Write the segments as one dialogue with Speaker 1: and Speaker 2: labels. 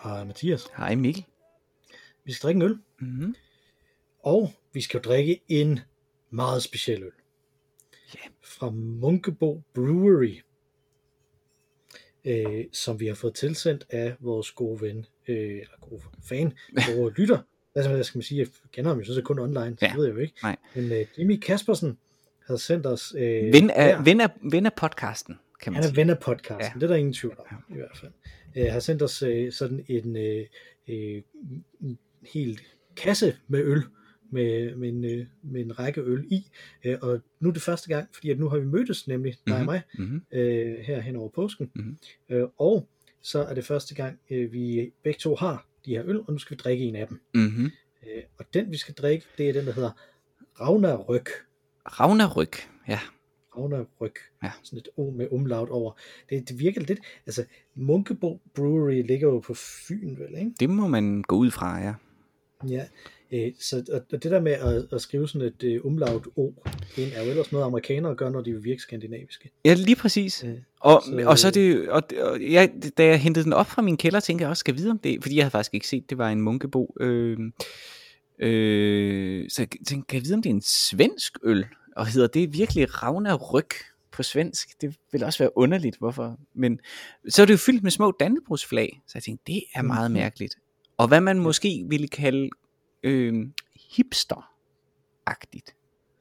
Speaker 1: Hej Mathias.
Speaker 2: Hej Mikkel.
Speaker 1: Vi skal drikke en øl.
Speaker 2: Mm-hmm.
Speaker 1: Og vi skal drikke en meget speciel øl.
Speaker 2: Yeah.
Speaker 1: Fra Munkebo Brewery. Som vi har fået tilsendt af vores gode ven, eller gode fan, gode lytter. Hvad skal man sige? Jeg kender ham jo så kun online, så ved jeg jo ikke.
Speaker 2: Nej.
Speaker 1: Men Jimmy Kaspersen har sendt os...
Speaker 2: ven af podcasten, kan man sige.
Speaker 1: Han er ven af podcasten, det er der ingen tvivl om, i hvert fald. Har sendt os sådan en hel kasse med øl, med en række øl i, og nu er det første gang, fordi at nu har vi mødtes nemlig, dig og mig, her hen over påsken, og så er det første gang, vi begge to har de her øl, og nu skal vi drikke en af dem. Og den vi skal drikke, det er den, der hedder Ragnarök.
Speaker 2: Ragnarök, ja.
Speaker 1: Ragnarök, sådan et O med umlaut over. Det virker lidt, altså Munkebo Brewery ligger jo på Fyn, vel, ikke?
Speaker 2: Det må man gå ud fra, ja.
Speaker 1: Ja, så og det der med at skrive sådan et umlaut O, det er jo ellers noget amerikanere gør, når de vil virke skandinaviske.
Speaker 2: Ja, lige præcis. Og så er det da jeg hentede den op fra min kælder, tænkte jeg også, skal vide om det, fordi jeg havde faktisk ikke set, det var en Munkebo. Så jeg tænkte, kan jeg vide, om det er en svensk øl? Og hedder det virkelig Ragnarök på svensk? Det vil også være underligt, hvorfor. Men så er det jo fyldt med små dannebrogsflag, så jeg tænkte, det er meget mærkeligt. Og hvad man måske ville kalde hipster-agtigt.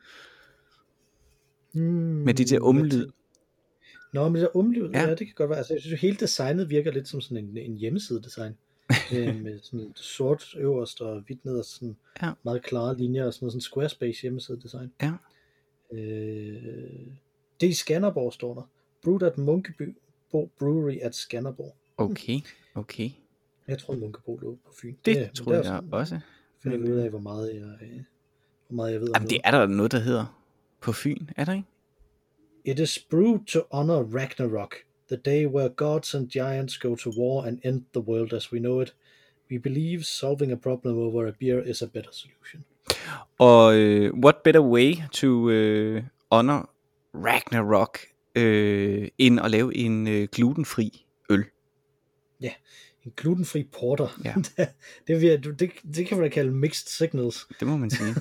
Speaker 2: Med det der umlyd.
Speaker 1: Nå, men det der umlyd, ja, det kan godt være. Altså, jeg synes jo, hele designet virker lidt som sådan en hjemmeside-design. Med sådan sort øverst og hvidt nederst, sådan meget klare linjer og sådan noget, sådan Squarespace hjemmeside-design.
Speaker 2: Ja.
Speaker 1: Det er i Skanderborg, står der. Brewed at Munkebo Brewery at Skanderborg.
Speaker 2: Okay.
Speaker 1: Jeg tror Munkebo lå på Fyn.
Speaker 3: Det tror jeg også.
Speaker 1: Finder ud af, hvor meget jeg ved om.
Speaker 2: Jamen, det er der noget, der hedder på Fyn, er der ikke?
Speaker 1: It is brewed to honor Ragnarok, the day where gods and giants go to war and end the world as we know it. We believe solving a problem over a beer is a better solution.
Speaker 2: Og what better way to honor Ragnarok end at lave en glutenfri øl?
Speaker 1: Ja, en glutenfri porter.
Speaker 2: Ja.
Speaker 1: det kan man da kalde mixed signals.
Speaker 2: Det må man sige.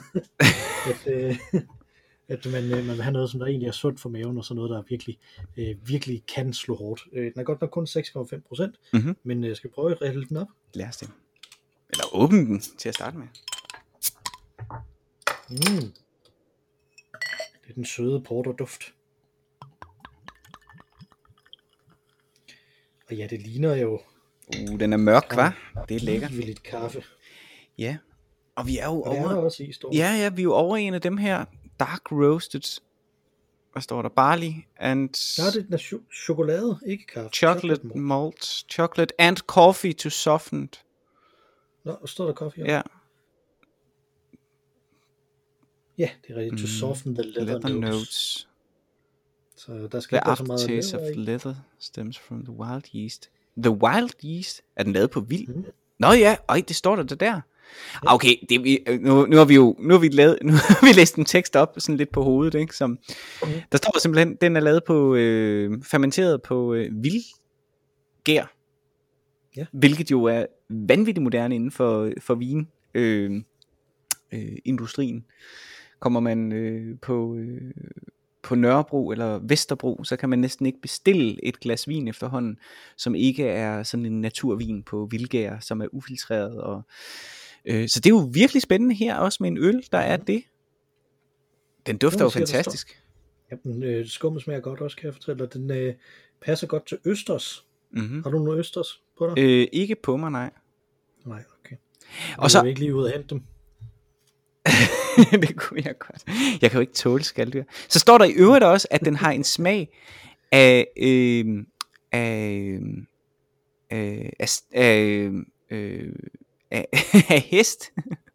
Speaker 1: at man vil have noget, som der egentlig er sundt for maven, og så noget, der virkelig kan slå hårdt. Den er godt nok kun 6,5%, men skal vi prøve at hælde den op?
Speaker 2: Lad os det. Eller åbne den til at starte med.
Speaker 1: Det er den søde porterduft. Og ja, det ligner jo...
Speaker 2: den er mørk, hva'? Det er lækkert.
Speaker 1: Det er lidt kaffe.
Speaker 2: Ja. Og vi er jo over...
Speaker 1: Det er der også i, står.
Speaker 2: Ja, vi er jo over en af dem her dark roasted. Hvad står der? Barley and...
Speaker 1: Nej, det er chokolade, ikke kaffe.
Speaker 2: Chocolate malt. Chocolate and coffee to soften.
Speaker 1: Nå, står der kaffe her?
Speaker 2: Ja.
Speaker 1: Ja, det er rigtigt. To soften the leather notes. Så der skal
Speaker 2: ikke
Speaker 1: være så meget
Speaker 2: taste of leather stems from the wild yeast. The wild yeast? Er den lavet på vild? Nå ja, det står der der. Okay, nu har vi læst en tekst op sådan lidt på hovedet, ikke? Som der står simpelthen, den er lavet på fermenteret på vildgær.
Speaker 1: Ja.
Speaker 2: Hvilket jo er vanvittigt moderne inden for vin industrien. Kommer man på Nørrebro eller Vesterbro, så kan man næsten ikke bestille et glas vin efterhånden, som ikke er sådan en naturvin på vildgær, som er ufiltreret. Og så det er jo virkelig spændende her, også med en øl, der er det. Den dufter jo fantastisk.
Speaker 1: Ja, den skummet smager godt også, kan jeg fortælle dig. Den passer godt til østers. Har du nogle østers på dig?
Speaker 2: Ikke på mig, nej.
Speaker 1: Nej, okay.
Speaker 2: Og så...
Speaker 1: Jeg vil ikke lige ud og hente dem.
Speaker 2: Det kunne jeg godt. Jeg kan jo ikke tåle skaldyr. Så står der i øvrigt også, at den har en smag af hest.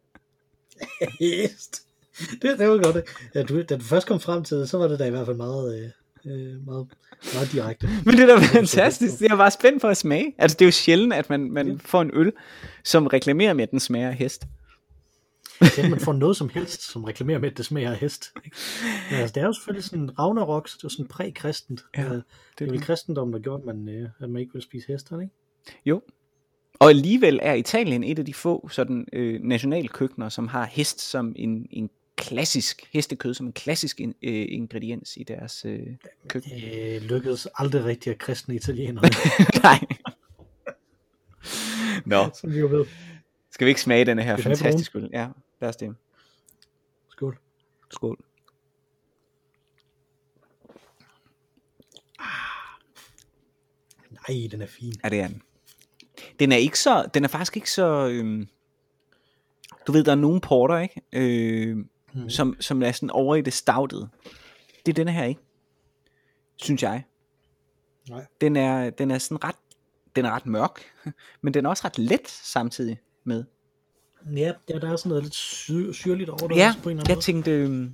Speaker 1: Hest. Det var godt. Ja, da du først kom frem til det, så var det da i hvert fald meget direkte.
Speaker 2: Men det er da fantastisk. Jeg var spændt på at smage. Altså det er jo sjældent, at man får en øl, som reklamerer med, at den smager af hest.
Speaker 1: at man får noget som helst, som reklamerer med, at det smager af hest. Ja, altså, det er jo selvfølgelig sådan Ragnarok, det er sådan præ-kristent.
Speaker 2: Ja,
Speaker 1: det er vel kristendommen, der gjorde, at man ikke vil spise hester, ikke?
Speaker 2: Jo. Og alligevel er Italien et af de få sådan nationalkøkkener, som har hest som en klassisk hestekød som en klassisk ingrediens i deres køkken.
Speaker 1: Det lykkedes aldrig rigtig at kristne italienere.
Speaker 2: Nej. Nå.
Speaker 1: Som vi jo ved.
Speaker 2: Skal vi ikke smage denne her fantastiske øl? Ja, lad os det.
Speaker 1: Skål.
Speaker 2: Skål.
Speaker 1: Nej, den er fin.
Speaker 2: Ja, det er den. Den er faktisk ikke så du ved, der er nogle porter, ikke? Som er sådan over i det stoutede. Det er denne her ikke, synes jeg.
Speaker 1: Nej.
Speaker 2: Den er sådan ret mørk, men den er også ret let samtidig med.
Speaker 1: Ja, der er sådan noget lidt syrligt over det.
Speaker 2: Ja,
Speaker 1: på en eller anden
Speaker 2: jeg
Speaker 1: måde.
Speaker 2: tænkte,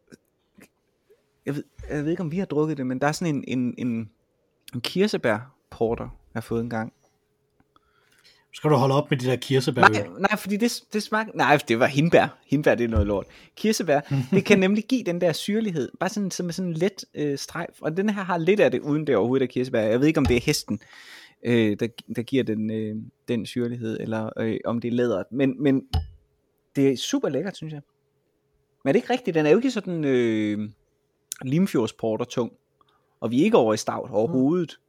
Speaker 2: jeg ved ikke om vi har drukket det, men der er sådan en kirsebær porter, jeg har fået en gang.
Speaker 1: Skal du holde op med de der kirsebær?
Speaker 2: Nej, fordi det smagte... Nej, det var hindbær. Hindbær, det er noget lort. Kirsebær, det kan nemlig give den der syrlighed. Bare sådan med sådan en let strejf. Og den her har lidt af det, uden det overhovedet er kirsebær. Jeg ved ikke, om det er hesten, der giver den syrlighed, eller om det er læderet. Men det er super lækkert, synes jeg. Men er det ikke rigtigt? Den er jo ikke sådan Limfjordsporter tung. Og vi er ikke over i stout overhovedet.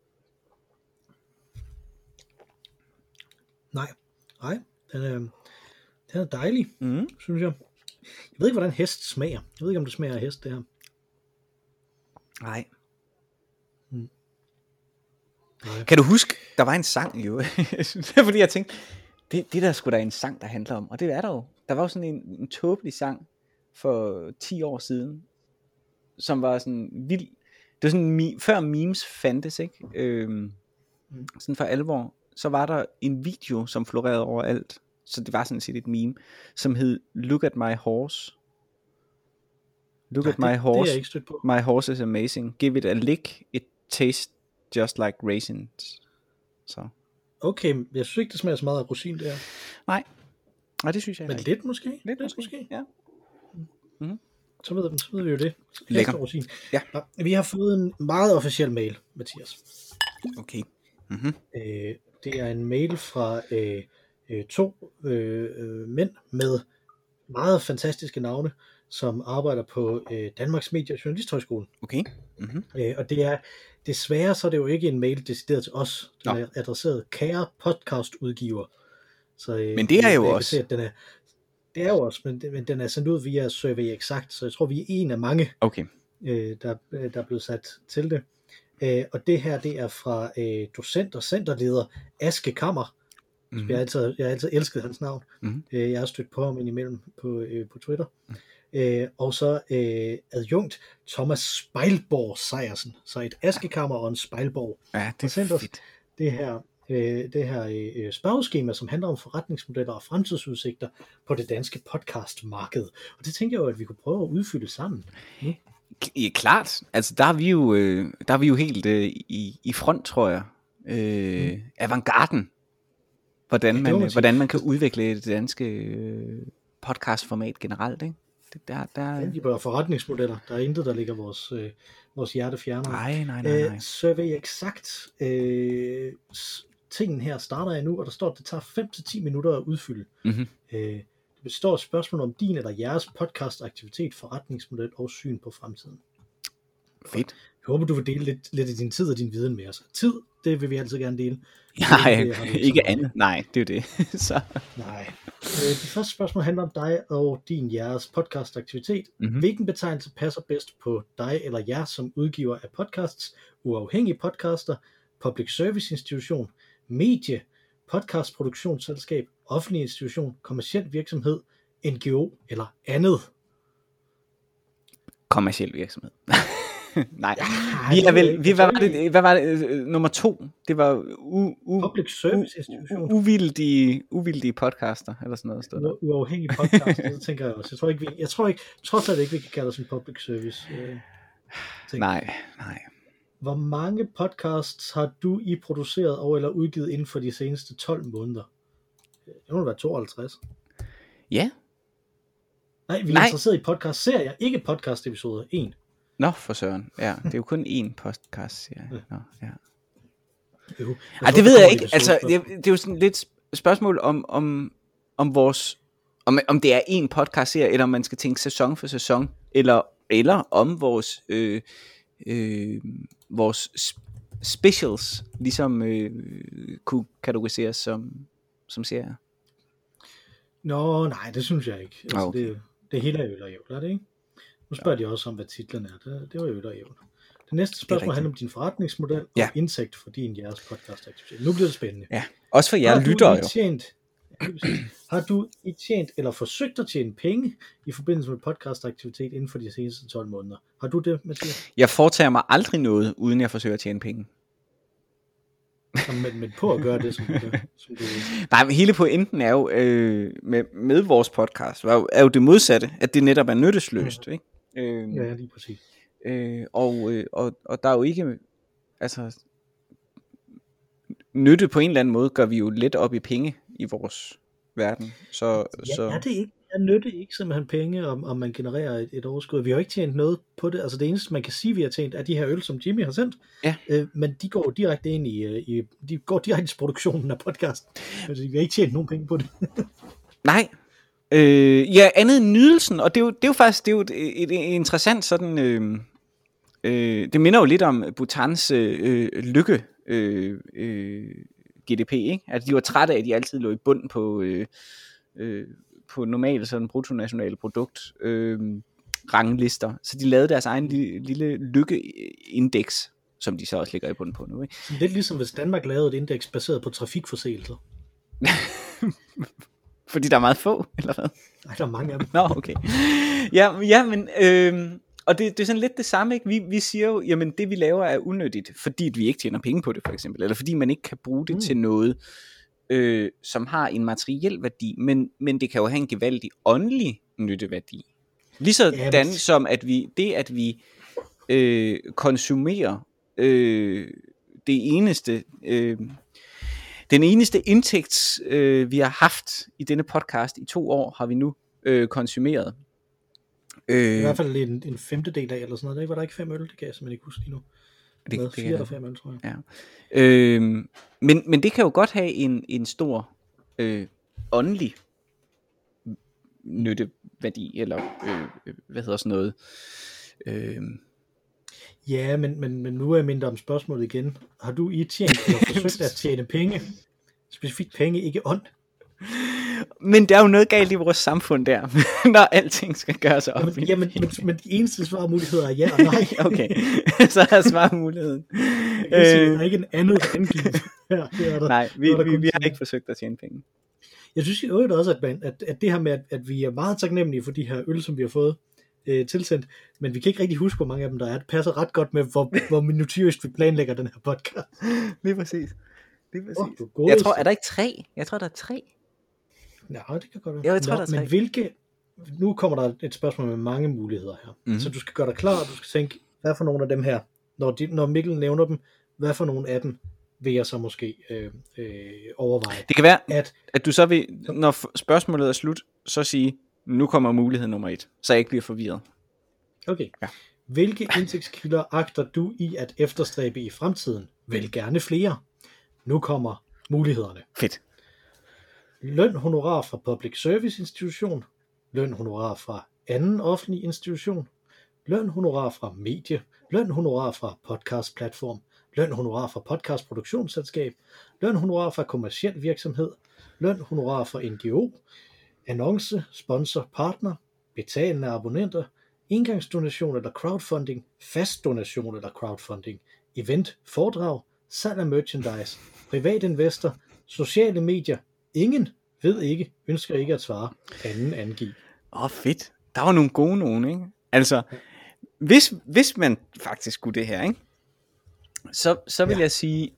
Speaker 1: Nej, den er dejlig, synes jeg. Jeg ved ikke, hvordan hest smager. Jeg ved ikke, om det smager af hest, det her.
Speaker 2: Nej. Kan du huske, der var en sang jo, fordi jeg tænkte, det der skulle der en sang, der handler om, og det er der jo. Der var jo sådan en tåbelig sang for 10 år siden, som var sådan vild. Det var sådan før memes fandtes, ikke? Sådan for alvor. Så var der en video, som florerede overalt. Så det var sådan set et meme, som hed Look at my horse. Look at my horse.
Speaker 1: Det er jeg ikke stødt på.
Speaker 2: My horse is amazing. Give it a lick. It tastes just like raisins. Så.
Speaker 1: Okay, jeg synes ikke, det smager så meget af rosin, det her.
Speaker 2: Nej, det synes jeg
Speaker 1: men
Speaker 2: ikke.
Speaker 1: Lidt måske.
Speaker 2: Lidt måske. Ja.
Speaker 1: Så ved vi jo det.
Speaker 2: Lækker.
Speaker 1: Rosin.
Speaker 2: Ja.
Speaker 1: Vi har fået en meget officiel mail, Mathias.
Speaker 2: Okay.
Speaker 1: Det er en mail fra 2 mænd med meget fantastiske navne, som arbejder på Danmarks Medie- og Journalisthøjskole.
Speaker 2: Okay.
Speaker 1: Og det er desværre, så er det jo ikke en mail decideret til os. Den er adresseret kære podcastudgiver. Så,
Speaker 2: men det er jo også.
Speaker 1: Se, at det er jo også, men den er sendt ud via Survey Exakt, så jeg tror, vi er en af mange, der er blevet sat til det. Og det her, det er fra docent og centerleder Aske Kammer. Jeg har altid elsket hans navn. Jeg har stødt på ham indimellem på Twitter. Og så adjunkt Thomas Spejlborg Sejersen. Så et Askekammer og en Spejlborg.
Speaker 2: Ja, det er fedt.
Speaker 1: Det her spørgeskema, som handler om forretningsmodeller og fremtidsudsigter på det danske podcastmarked. Og det tænker jeg jo, at vi kunne prøve at udfylde sammen.
Speaker 2: Ja, klart. Altså der er vi jo helt i front, tror jeg. Avantgarden. Hvordan man kan udvikle det danske podcastformat generelt, ikke?
Speaker 1: De bør forretningsmodeller. Der er intet, der ligger vores hjerte fjernere.
Speaker 2: Nej.
Speaker 1: Survey Exakt. Tingen her starter jeg nu, og der står, at det tager 5-10 minutter at udfylde. Det består af spørgsmål om din eller jeres podcastaktivitet, forretningsmodel og syn på fremtiden.
Speaker 2: Fedt.
Speaker 1: Jeg håber, du vil dele lidt af din tid og din viden med os. Tid, det vil vi altid gerne dele.
Speaker 2: Nej, ikke andet. Nej, det er jo det. Så.
Speaker 1: Nej. De første spørgsmål handler om dig og jeres podcastaktivitet. Hvilken betegnelse passer bedst på dig eller jer som udgiver af podcasts, uafhængig podcaster, public service institution, medie, podcastproduktionsselskab, offentlig institution, kommerciel virksomhed, NGO eller andet?
Speaker 2: Kommerciel virksomhed. Nej. Hvad var det? Nummer 2. Det var
Speaker 1: public service institution.
Speaker 2: Uvildige podcaster eller sådan noget.
Speaker 1: Uafhængige podcaster, det tænker jeg også. Jeg tror ikke, trods alt ikke vi kan kalde os en public service.
Speaker 2: Nej.
Speaker 1: Hvor mange podcasts har du produceret og eller udgivet inden for de seneste 12 måneder? Det må være 52.
Speaker 2: Ja.
Speaker 1: Nej, vi er interesseret i podcast-serier, ikke podcast-episoder. 1.
Speaker 2: Nå, for søren. Ja, det er jo kun én podcast-serie. Nå, ja.
Speaker 1: Jo.
Speaker 2: Det ved jeg ikke. Altså, det er jo sådan lidt... spørgsmål om vores, om det er en podcastserie, eller om man skal tænke sæson for sæson, eller om vores specials ligesom kunne kategoriseres som serier.
Speaker 1: Nå, nej, det synes jeg ikke. Altså,
Speaker 2: Okay.
Speaker 1: det hele er øl og ævl, er det ikke? Nu spørger de også om, hvad titlen er. Det var øl og ævl. Det næste spørgsmål handler om din forretningsmodel og indsigt for jeres podcastaktivitet. Nu bliver det spændende.
Speaker 2: Ja, også for jer lytter jo.
Speaker 1: Har du tjent eller forsøgt at tjene penge i forbindelse med podcastaktivitet inden for de seneste 12 måneder? Har du det, Mathias?
Speaker 2: Jeg foretager mig aldrig noget, uden jeg forsøger at tjene penge.
Speaker 1: Men på at gøre det, som du
Speaker 2: Nej, men hele pointen er jo, med vores podcast, er jo det modsatte, at det netop er nyttesløst, ikke?
Speaker 1: Ja, lige præcis.
Speaker 2: Og der er jo ikke, altså, nytte på en eller anden måde, gør vi jo lidt op i penge i vores verden. Så
Speaker 1: er det ikke? Jeg nytte ikke simpelthen penge, om man genererer et overskud. Vi har jo ikke tjent noget på det. Altså det eneste, man kan sige, vi har tjent, er de her øl, som Jimmy har sendt.
Speaker 2: Ja.
Speaker 1: Men de går direkte ind de går direkte til produktionen af podcasten. Altså vi har ikke tjent nogen penge på det.
Speaker 2: Nej. Ja, andet end nydelsen. Og det er jo faktisk et interessant sådan... det minder jo lidt om Bhutans lykke GDP, ikke? Altså de var trætte af, at de altid lå i bunden på normalt sådan bruttonationale produkt ranglister, så de lavede deres egen lille lykkeindeks, som de så også ligger i bunden på nu, ikke?
Speaker 1: Så lidt ligesom hvis Danmark lavede et indeks baseret på trafikforseelser.
Speaker 2: Fordi der er meget få, eller hvad?
Speaker 1: Nej, der er mange af dem.
Speaker 2: Nå, okay. Ja, men og det er sådan lidt det samme, ikke? Vi siger jo, jamen det vi laver er unyttigt, fordi vi ikke tjener penge på det, for eksempel, eller fordi man ikke kan bruge det til noget, som har en materiel værdi, men det kan jo have en gevaldig åndelig nytteværdi. Ligesådan som at vi konsumerer den eneste indtægt, vi har haft i denne podcast i 2 år, har vi nu konsumeret.
Speaker 1: I hvert fald en femtedel af, eller sådan noget. Var der ikke 5 øl? Det kan jeg simpelthen ikke huske lige nu. Det er 4 eller 5 øl, tror jeg.
Speaker 2: Ja. Men det kan jo godt have en stor åndelig nytteværdi, eller hvad hedder sådan noget.
Speaker 1: Ja, men nu er jeg mindre om spørgsmålet igen. Har du tjent eller forsøgt at tjene penge? Specifikt penge, ikke ånd?
Speaker 2: Men der er jo noget galt i vores samfund der, når alting skal gøres op.
Speaker 1: Men de eneste svarmuligheder er ja og nej.
Speaker 2: Okay, så er svarmuligheden.
Speaker 1: Jeg kan sige, der er ikke en anden angivet.
Speaker 2: Nej, vi har ikke forsøgt at tjene penge.
Speaker 1: Jeg synes i øvrigt også, at det her med, at vi er meget taknemmelige for de her øl, som vi har fået tilsendt, men vi kan ikke rigtig huske, hvor mange af dem der er. Det passer ret godt med, hvor minutiøst vi planlægger den her podcast.
Speaker 2: Lige præcis. Jeg tror, er der ikke 3? Jeg tror, der er 3.
Speaker 1: Ja, det kan godt være.
Speaker 2: Ja, jeg tror, der er 3.
Speaker 1: Men hvilke... Nu kommer der et spørgsmål med mange muligheder her. Mm-hmm. Så du skal gøre dig klar, og du skal tænke, hvad for nogle af dem her, når Mikkel nævner dem, hvad for nogle af dem vil jeg så måske overveje.
Speaker 2: Det kan være, at du så vil, når spørgsmålet er slut, så sige, nu kommer mulighed nummer 1, så jeg ikke bliver forvirret.
Speaker 1: Okay. Ja. Hvilke indtægtskilder agter du i at efterstræbe i fremtiden? Vælg gerne flere. Nu kommer mulighederne.
Speaker 2: Fedt.
Speaker 1: Løn honorar fra public service institution. Løn honorar fra anden offentlig institution. Løn honorar fra medie. Løn honorar fra podcast platform. Løn honorar fra podcast produktionsselskab. Løn honorar fra kommerciel virksomhed. Løn honorar fra NGO. Annonce, sponsor, partner. Betalende abonnenter. Engangsdonation eller crowdfunding. Fast donation eller crowdfunding. Event, foredrag. Salg af merchandise. Privat investor. Sociale medier. Ingen, ved ikke, ønsker ikke at svare. Anden angiv.
Speaker 2: Fedt. Der var nogle gode nogen, ikke? Altså, hvis man faktisk skulle det her, ikke? Så vil jeg sige,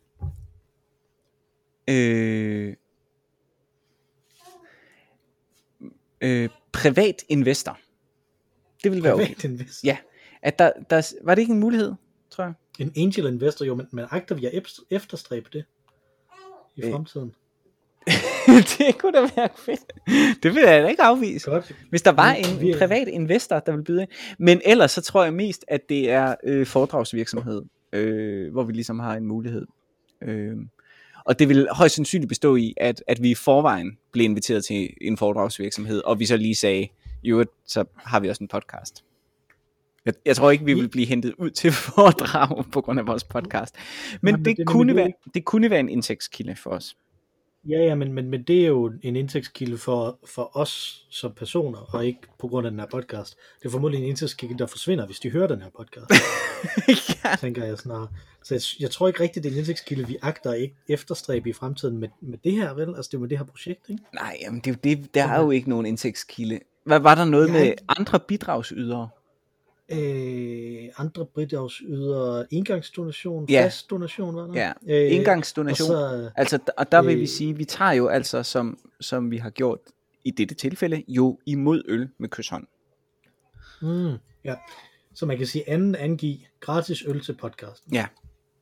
Speaker 2: privat investor. Det vil være okay.
Speaker 1: Investor.
Speaker 2: Ja. At der var det ikke en mulighed, tror jeg?
Speaker 1: En angel investor, jo, men agter vi at efterstræbe det i fremtiden?
Speaker 2: Det kunne da være fedt. Det vil jeg da ikke afvise.
Speaker 1: Godt.
Speaker 2: Hvis der var en privat investor, der ville byde ind. Men ellers så tror jeg mest, at det er foredragsvirksomhed, hvor vi ligesom har en mulighed. Og det vil højst sandsynligt bestå i, at vi i forvejen blev inviteret til en foredragsvirksomhed, og vi så lige sagde, jo, så har vi også en podcast. Jeg tror ikke, vi vil blive hentet ud til foredrag på grund af vores podcast. Men det kunne være en indtægtskilde for os.
Speaker 1: Ja, men det er jo en indtægtskilde for os som personer, og ikke på grund af den her podcast. Det er formodentlig en indtægtskilde, der forsvinder, hvis de hører den her podcast.
Speaker 2: Ja.
Speaker 1: Tænker jeg snart. Så jeg tror ikke rigtigt, det er en indtægtskilde, vi agter ikke efterstræbe i fremtiden med det her, vel? Altså det er med det her projekt, ikke?
Speaker 2: Nej, jamen det er jo det, der er jo ikke nogen indtægtskilde. Var der noget med andre bidragsydere?
Speaker 1: Andre bidragsydere, engangsdonation, fast donation, var der?
Speaker 2: Ja, engangsdonation. Og der vil vi sige, vi tager jo altså, som vi har gjort i dette tilfælde, jo imod øl med kyshånd.
Speaker 1: Ja, så man kan sige angive gratis øl til podcasten.
Speaker 2: Ja.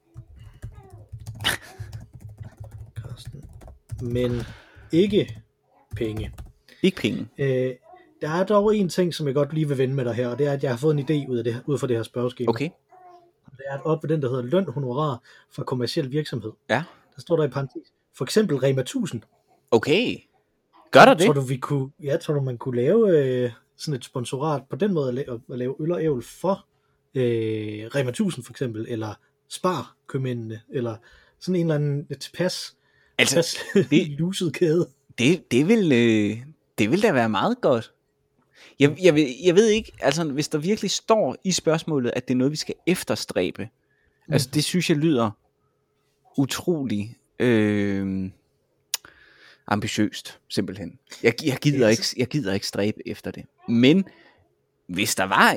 Speaker 1: Men ikke penge.
Speaker 2: Ikke penge.
Speaker 1: Der er dog en ting, som jeg godt lige vil vende med dig her, og det er, at jeg har fået en idé ud fra det her spørgeskema.
Speaker 2: Okay.
Speaker 1: Det er op ved den, der hedder løn honorar for kommerciel virksomhed.
Speaker 2: Ja.
Speaker 1: Der står der i parentes. For eksempel Rema 1000.
Speaker 2: Okay. Gør der det?
Speaker 1: Tror du, man kunne lave sådan et sponsorat på den måde, at lave øl og ævl for Rema 1000 for eksempel, eller Spar købmændene, eller sådan en eller anden tilpas luset kæde.
Speaker 2: Det vil da være meget godt. Jeg ved ikke, altså hvis der virkelig står i spørgsmålet, at det er noget, vi skal efterstræbe. Altså det synes jeg lyder utrolig ambitiøst, simpelthen. Jeg gider ikke stræbe efter det. Men hvis der var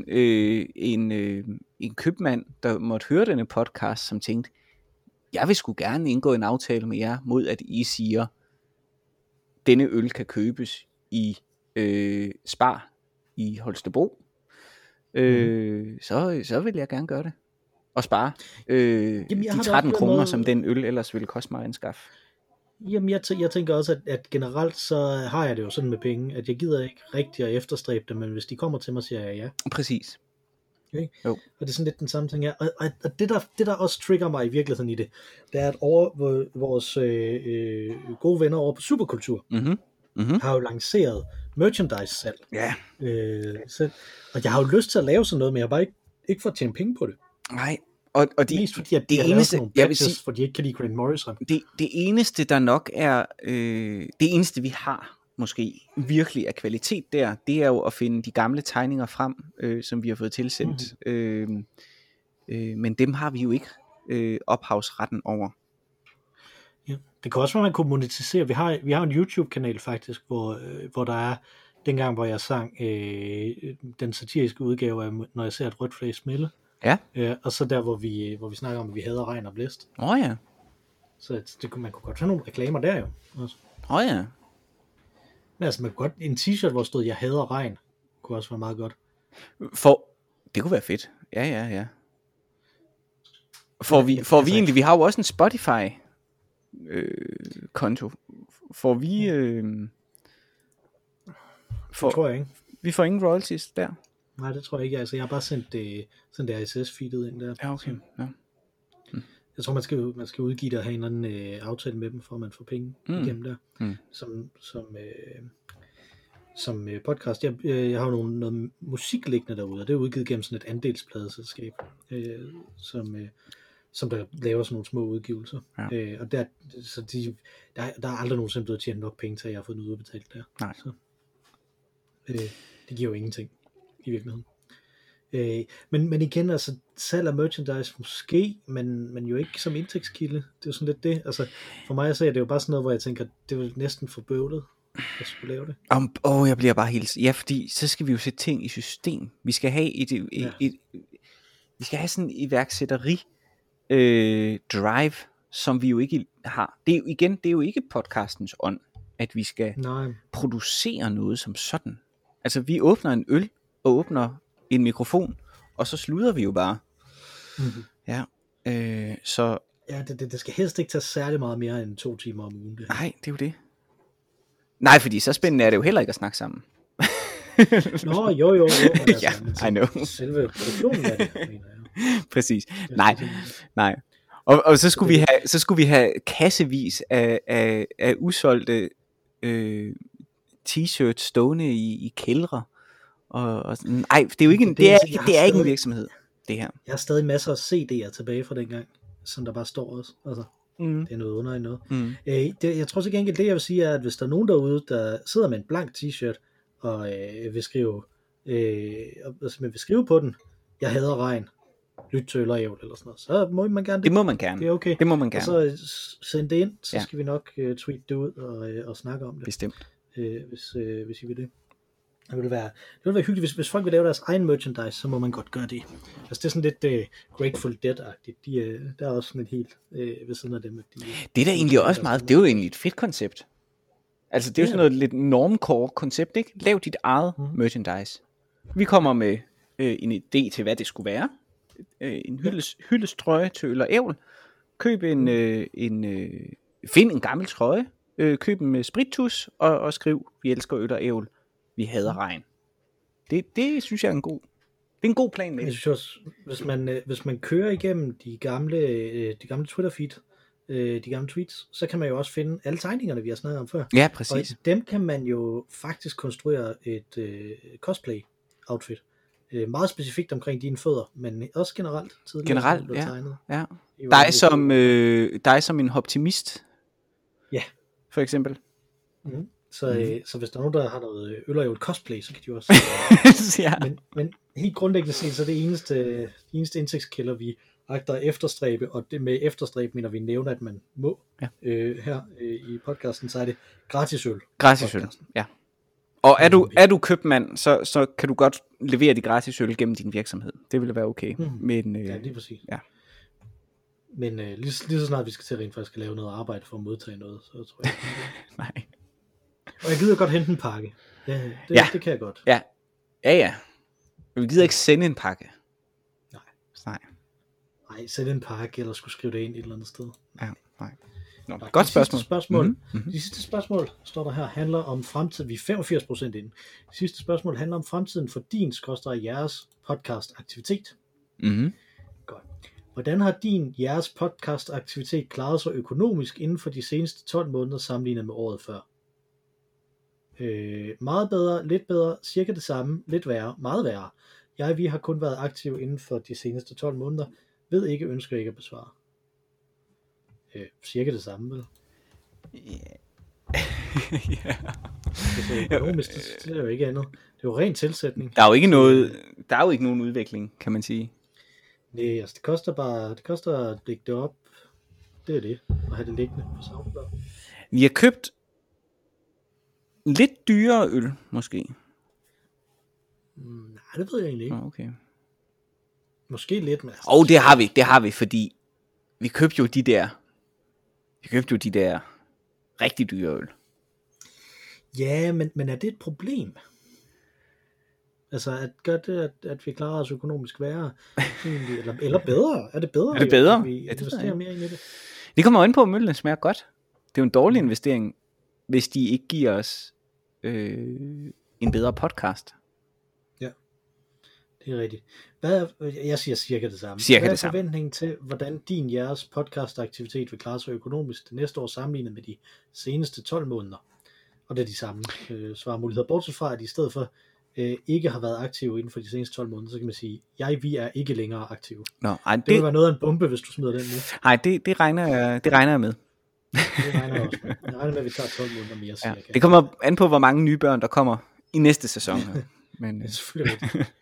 Speaker 2: en købmand, der måtte høre denne podcast, som tænkte, jeg vil sgu gerne indgå en aftale med jer, mod at I siger, denne øl kan købes i Spar i Holstebro, så vil jeg gerne gøre det. Og spare de 13 kroner, som den øl ellers ville koste mig at anskaffe.
Speaker 1: Jamen, jeg tænker også, at generelt så har jeg det jo sådan med penge, at jeg gider ikke rigtig at efterstræbe det, men hvis de kommer til mig, siger jeg ja.
Speaker 2: Præcis.
Speaker 1: Okay? Jo. Og det er sådan lidt den samme ting her. Og det der også trigger mig i virkeligheden i det, det er, at vores gode venner over på Superkultur har jo lanceret merchandise-salg.
Speaker 2: Ja.
Speaker 1: Og jeg har jo lyst til at lave sådan noget, men jeg har bare ikke fået tjene penge på det.
Speaker 2: Nej. Og
Speaker 1: mest fordi, at det eneste, jeg vil sige, fordi jeg ikke kan lide Grant Morrison.
Speaker 2: Det eneste, der nok er, det eneste vi har, måske virkelig af kvalitet der, det er jo at finde de gamle tegninger frem, som vi har fået tilsendt. Men dem har vi jo ikke ophavsretten over.
Speaker 1: Ja. Det kan også være, man kunne monetisere. Vi har en YouTube-kanal faktisk, hvor der er dengang, hvor jeg sang den satiriske udgave af Når jeg ser et rødt flag smelle.
Speaker 2: Ja.
Speaker 1: Og så der, hvor vi snakker om, at vi hader regn og blæst.
Speaker 2: Ja.
Speaker 1: Så man kunne godt have nogle reklamer der jo. Også.
Speaker 2: Ja.
Speaker 1: Men altså, man kunne godt, en t-shirt, hvor stod, jeg hader regn, kunne også være meget godt.
Speaker 2: Det kunne være fedt. Ja. Får vi egentlig, vi har jo også en Spotify konto. Får vi
Speaker 1: det tror jeg ikke.
Speaker 2: Vi får ingen royalties der?
Speaker 1: Nej, det tror jeg ikke. Altså, jeg har bare sendt det RSS-feedet ind der.
Speaker 2: Ja, okay. Ja.
Speaker 1: Jeg tror, man skal udgive det og have en eller anden aftale med dem, for at man får penge igennem der. Som podcast. Jeg har jo noget musik liggende derude, og det er udgivet gennem sådan et andelspladeselskab, som der laver sådan nogle små udgivelser. Ja. Og der er aldrig nogensinde blevet tjent nok penge til, at jeg har fået noget udbetalt der.
Speaker 2: Nej.
Speaker 1: Så, det giver jo ingenting i virkeligheden. Men igen, altså salg af merchandise måske, men jo ikke som indtægtskilde. Det er jo sådan lidt det. Altså for mig så er det jo bare sådan noget, hvor jeg tænker, det er næsten for bøvlet at skulle lave det.
Speaker 2: Jeg bliver bare helt... Ja, fordi så skal vi jo sætte ting i system. Vi skal have vi skal have sådan en iværksætteri drive, som vi jo ikke har. Det er jo ikke podcastens ånd, at vi skal producere noget som sådan. Altså vi åbner en øl og åbner en mikrofon, og så slutter vi jo bare. Ja. Så...
Speaker 1: Ja, det skal helst ikke tage særlig meget mere end 2 timer om ugen.
Speaker 2: Nej, det er jo det. Nej, fordi så spændende er det jo heller ikke at snakke sammen.
Speaker 1: Nå, jo.
Speaker 2: Ja, I know.
Speaker 1: Selve produktionen af det, mener jeg.
Speaker 2: Præcis. Nej. Og så skulle vi have kassevis af usolgte t-shirts stående i kældre. Og sådan. Ej, det er jo ikke det er ikke en virksomhed, det her.
Speaker 1: Jeg har stadig masser af CD'er tilbage fra dengang, som der bare står også. Altså, det er noget under noget. Jeg tror så gengæld, det jeg vil sige er, at hvis der er nogen derude, der sidder med en blank t-shirt, og vil skrive på den, jeg hader regn, lyt til øl og ævl, eller sådan noget, så må man gerne det.
Speaker 2: Det må man gerne.
Speaker 1: Det er okay.
Speaker 2: Det må man gerne.
Speaker 1: Og så send det ind, så skal vi nok tweet det ud og snakke om det.
Speaker 2: Bestemt.
Speaker 1: Hvis I vil det. Det ville være hyggeligt, hvis folk vil lave deres egen merchandise, så må man godt gøre det. Altså det er sådan lidt Grateful Dead-agtigt. Der er også sådan et helt ved siden af dem.
Speaker 2: Det er da egentlig også meget, det er jo egentlig et fedt koncept. Altså det er jo sådan noget lidt normcore koncept, ikke? Lav dit eget merchandise. Vi kommer med en idé til, hvad det skulle være. En hyldestrøje til øl og ævl. Køb find en gammel trøje. Køb den med sprittus og skriv, vi elsker øl og ævl. Vi hader regn. Det synes jeg er en god plan med.
Speaker 1: Jeg synes også, hvis man kører igennem de gamle Twitter-feed, de gamle tweets, så kan man jo også finde alle tegningerne, vi har snakket om før.
Speaker 2: Ja, præcis.
Speaker 1: Og dem kan man jo faktisk konstruere et cosplay-outfit. Meget specifikt omkring dine fødder, men også generelt.
Speaker 2: Generelt, ja. Dig som en optimist.
Speaker 1: Ja.
Speaker 2: For eksempel.
Speaker 1: Mm-hmm. Så hvis der er nogen, der har noget øl og ævl cosplay, så kan de jo også
Speaker 2: ja.
Speaker 1: men helt grundlæggende set, så det eneste indtægtskilder, vi agter at efterstræbe, og det med efterstræbe, mener vi nævner, at man må her i podcasten, så er det gratis øl.
Speaker 2: Gratis øl, ja. Og er du købmand, så kan du godt levere de gratis øl gennem din virksomhed. Det ville være okay. Men,
Speaker 1: ja, lige præcis.
Speaker 2: Ja.
Speaker 1: Men lige så snart vi skal til rent faktisk at lave noget arbejde for at modtage noget, så tror jeg ikke.
Speaker 2: Nej.
Speaker 1: Og jeg gider godt hente en pakke. Det kan jeg godt.
Speaker 2: Ja. Vi gider ikke sende en pakke. Nej.
Speaker 1: Nej, sende en pakke, eller skulle skrive det ind et eller andet sted.
Speaker 2: Nej. Nå, godt spørgsmål.
Speaker 1: De sidste spørgsmål, står der her, handler om fremtiden. Vi er 85% inde. De sidste spørgsmål handler om fremtiden for jeres podcast aktivitet. Godt. Hvordan har jeres podcast aktivitet klaret sig økonomisk inden for de seneste 12 måneder sammenlignet med året før? Meget bedre, lidt bedre, cirka det samme, lidt værre, meget værre. Vi har kun været aktive inden for de seneste 12 måneder. Ved ikke, ønsker ikke at besvare. Cirka det samme, vel? Det er jo ikke andet. Det er jo ren tilsætning.
Speaker 2: Der er jo ikke nogen udvikling, kan man sige.
Speaker 1: Nej, altså det koster at lægge det op. Det er det, at have det liggende på SoundCloud.
Speaker 2: Vi har købt lidt dyrere øl, måske.
Speaker 1: Nej, det ved jeg egentlig ikke.
Speaker 2: Okay.
Speaker 1: Måske lidt, men altså...
Speaker 2: det har vi, fordi vi købte jo de der rigtig dyre øl.
Speaker 1: Ja, men er det et problem? Altså, gør det, at vi klarer os økonomisk værre? Eller bedre? Er det bedre?
Speaker 2: Er det bedre?
Speaker 1: At vi investerer mere ind i det?
Speaker 2: Det kommer ind på, at møllen smager godt. Det er jo en dårlig investering, hvis de ikke giver os en bedre podcast.
Speaker 1: Ja, det er rigtigt. Jeg siger cirka det samme.
Speaker 2: Hvad
Speaker 1: er forventningen til, hvordan jeres podcast-aktivitet vil klare sig økonomisk det næste år sammenlignet med de seneste 12 måneder? Og det er de samme svarmuligheder. Bortset fra, at i stedet for ikke har været aktive inden for de seneste 12 måneder, så kan man sige, vi er ikke længere aktive.
Speaker 2: Det
Speaker 1: vil være noget af en bombe, hvis du smider den nu.
Speaker 2: Nej, det regner jeg med.
Speaker 1: Det regner jeg også med. Jeg regner med, at vi tager 12 måneder mere cirka.
Speaker 2: Ja, det kommer an på, hvor mange nye børn, der kommer i næste sæson. Men,
Speaker 1: det er selvfølgelig rigtigt.